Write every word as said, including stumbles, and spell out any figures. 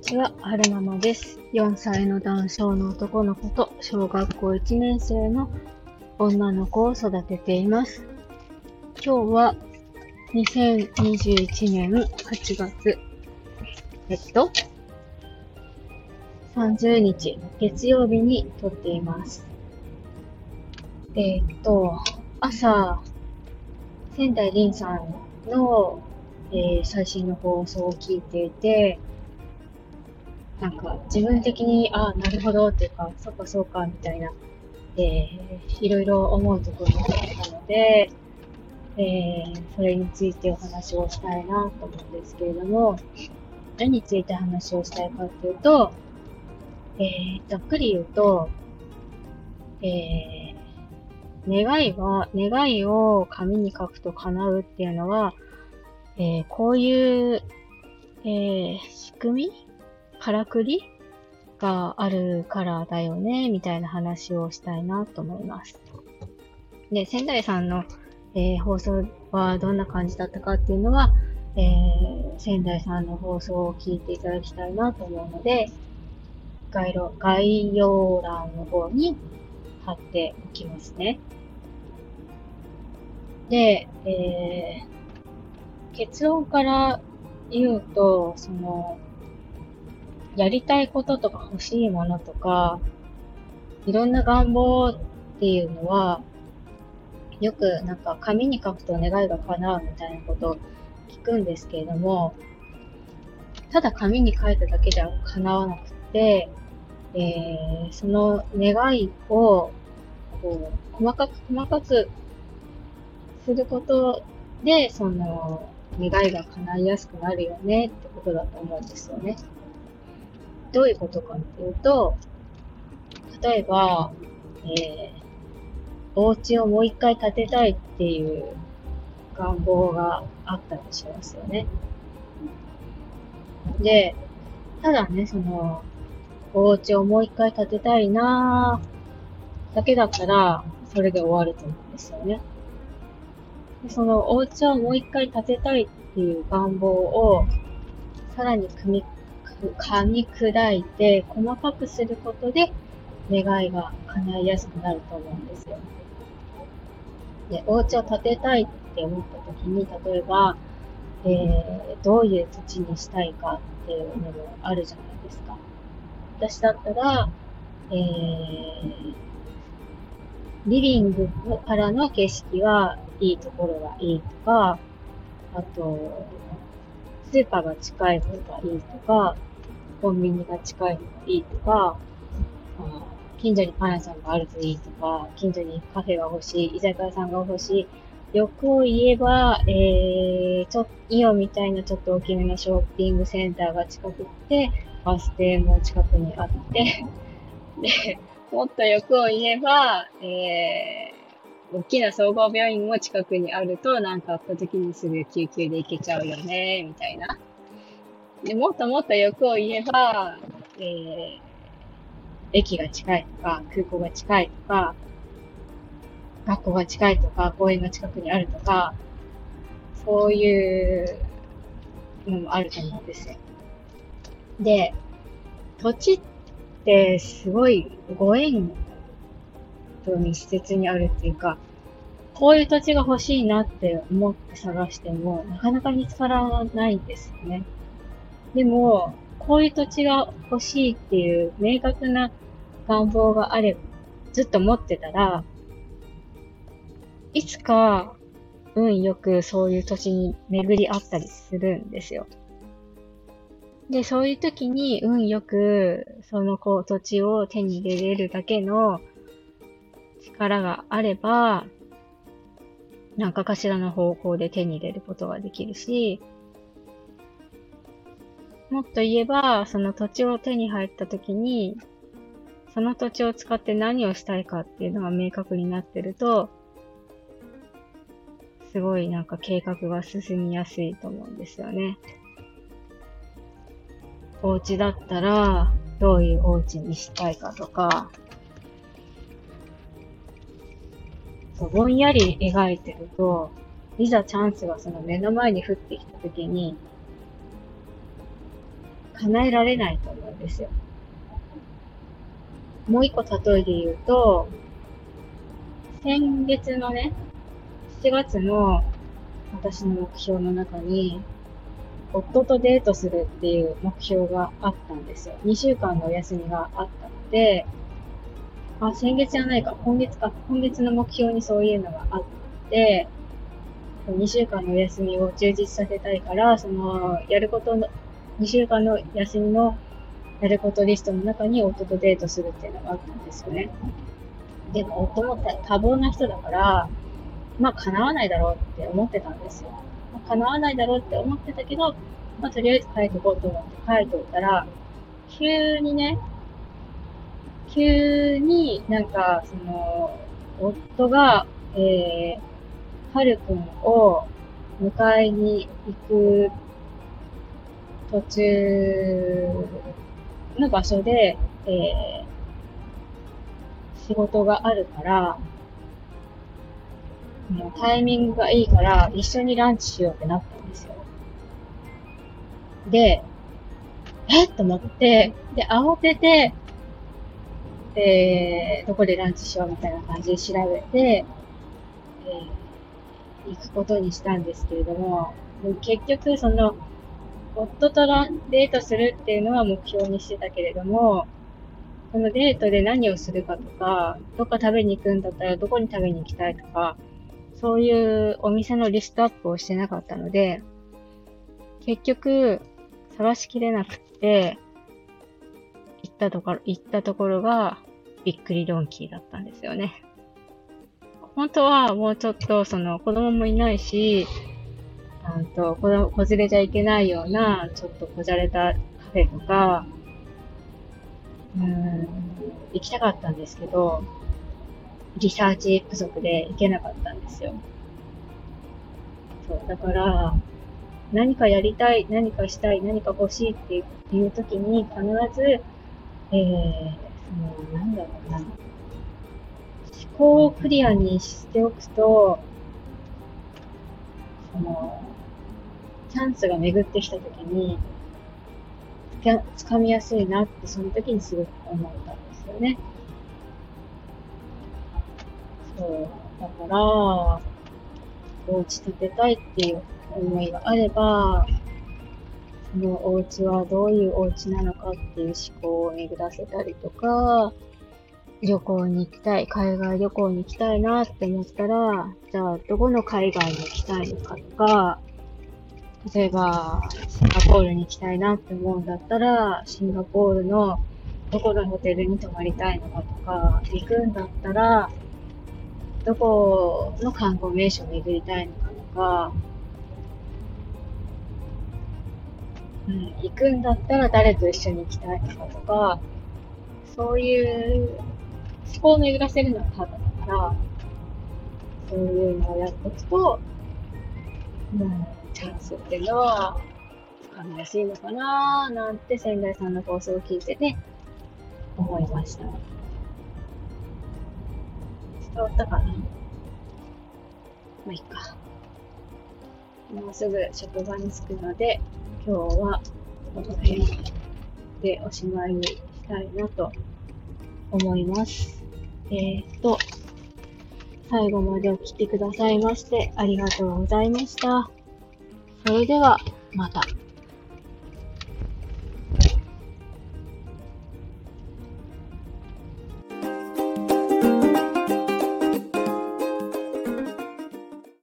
ちは、はるままです。よんさいの男性の男の子と小学校いちねん生の女の子を育てています。今日はにせんにじゅういちねんはちがつ、えっと、さんじゅうにち月曜日に撮っています。えっと、朝、仙台凛さんの、えー最新の放送を聞いていて、なんか自分的に、ああ、なるほどっていうか、そっかそうかみたいな、えーいろいろ思うところがあったので、えーそれについてお話をしたいなと思うんですけれども、何について話をしたいかというと、えーざっくり言うと、えー願いは、願いを紙に書くと叶うっていうのは、えーこういう、えー仕組みからくりがあるからだよね、みたいな話をしたいなと思います。で、仙台さんの、えー放送はどんな感じだったかっていうのは、えー仙台さんの放送を聞いていただきたいなと思うので、概要概要欄の方に貼っておきますね。で、えー結論から言うと、その、やりたいこととか欲しいものとか、いろんな願望っていうのは、よくなんか紙に書くと願いが叶うみたいなことを聞くんですけれども、ただ紙に書いただけでは叶わなくて、えーその願いをこう細かく細かくすることで、その願いが叶いやすくなるよねってことだと思うんですよね。どういうことかっていうと、例えば、えーお家をもう一回建てたいっていう願望があったりしますよね。で、ただね、その、お家をもう一回建てたいなーだけだったら、それで終わると思うんですよね。でその、お家をもう一回建てたいっていう願望を、さらに組み、噛み砕いて、細かくすることで、願いが叶いやすくなると思うんですよ。で、お家を建てたいって思った時に、例えば、えー、どういう土地にしたいかっていうのもあるじゃないですか。私だったら、えー、リビングからの景色はいいところがいいとか、あと、スーパーが近い方がいいとか、コンビニが近い方がいいとか、あ近所にパン屋さんがあるといいとか、近所にカフェが欲しい、居酒屋さんが欲しい。欲を言えば、えー、ちょっと、イオンみたいなちょっと大きめのショッピングセンターが近くって、バス停も近くにあって、で、もっと欲を言えば、えー、大きな総合病院も近くにあると、なんかあった時にすぐ救急で行けちゃうよね、みたいな。で、もっともっと欲を言えば、えー、駅が近いとか、空港が近いとか、学校が近いとか、公園が近くにあるとか、そういうのもあると思うんですよ。で、土地ってすごいご縁と密接にあるっていうか、こういう土地が欲しいなって思って探しても、なかなか見つからないんですよね。でも、こういう土地が欲しいっていう明確な願望があれば、ずっと持ってたら、いつか運よくそういう土地に巡り合ったりするんですよ。で、そういう時に運よくそのこう土地を手に入れれるだけの力があれば、何かかしらの方向で手に入れることができるし、もっと言えば、その土地を手に入った時に、その土地を使って何をしたいかっていうのが明確になってると、すごいなんか計画が進みやすいと思うんですよね。お家だったら、どういうお家にしたいかとか、ぼんやり描いてると、いざチャンスがその目の前に降ってきた時に、 叶えられないと思うんですよ。もう一個例えで言うと、先月のね、しちがつの私の目標の中に、夫とデートするっていう目標があったんですよ。にしゅうかんのお休みがあったので、あ、先月じゃないか、今月か、今月の目標にそういうのがあって、にしゅうかんのお休みを充実させたいから、その、やることの、にしゅうかんの休みのやることリストの中に夫とデートするっていうのがあったんですよね。でも夫も多忙な人だから、まあ叶わないだろうって思ってたんですよ。まあ、叶わないだろうって思ってたけど、まあとりあえず書いとこうと思って書いといたら、急にね、急になんか、その、夫が、えー、はるくんを迎えに行く途中の場所で、えー、仕事があるから、もうタイミングがいいから一緒にランチしようってなったんですよ。で、えっと思って、で、慌てて、で、どこでランチしようみたいな感じで調べて、えー、行くことにしたんですけれども、結局その、夫とデートするっていうのは目標にしてたけれども、このデートで何をするかとか、どっか食べに行くんだったらどこに食べに行きたいとか、そういうお店のリストアップをしてなかったので、結局、探しきれなくって、行ったところ、行ったところが、びっくりドンキーだったんですよね。本当はもうちょっと、その、子供もいないし、あと、この、こじれちゃいけないような、ちょっとこじゃれたカフェとか、うーん、行きたかったんですけど、リサーチ不足で行けなかったんですよ。そう、だから、何かやりたい、何かしたい、何か欲しいっていう時に必ず、えー、その、なんだろうな、思考をクリアにしておくと、その、チャンスが巡ってきた時に、つかみやすいなって、その時にすごく思ったんですよね。そう、だから、お家建てたいっていう思いがあれば、そのお家はどういうお家なのかっていう思考を巡らせたりとか、旅行に行きたい、海外旅行に行きたいなって思ったら、じゃあどこの海外に行きたいのかとか、例えばシンガポールに行きたいなって思うんだったら、シンガポールのどこのホテルに泊まりたいのかとか、行くんだったら、どこの観光名所を巡りたいのかとか、うん、行くんだったら誰と一緒に行きたいのかとか、そういう思考を巡らせるのはただだから、そういうのをやっておくと、うん、チャンスっていうのは掴みやすいのかなーなんて仙台さんの放送を聞いてね、思いました。伝わったかな？まあいいか。もうすぐ職場に着くので、今日はこの辺でおしまいにしたいなと思います。えーと、最後までお聞きくださいましてありがとうございました。それではまた。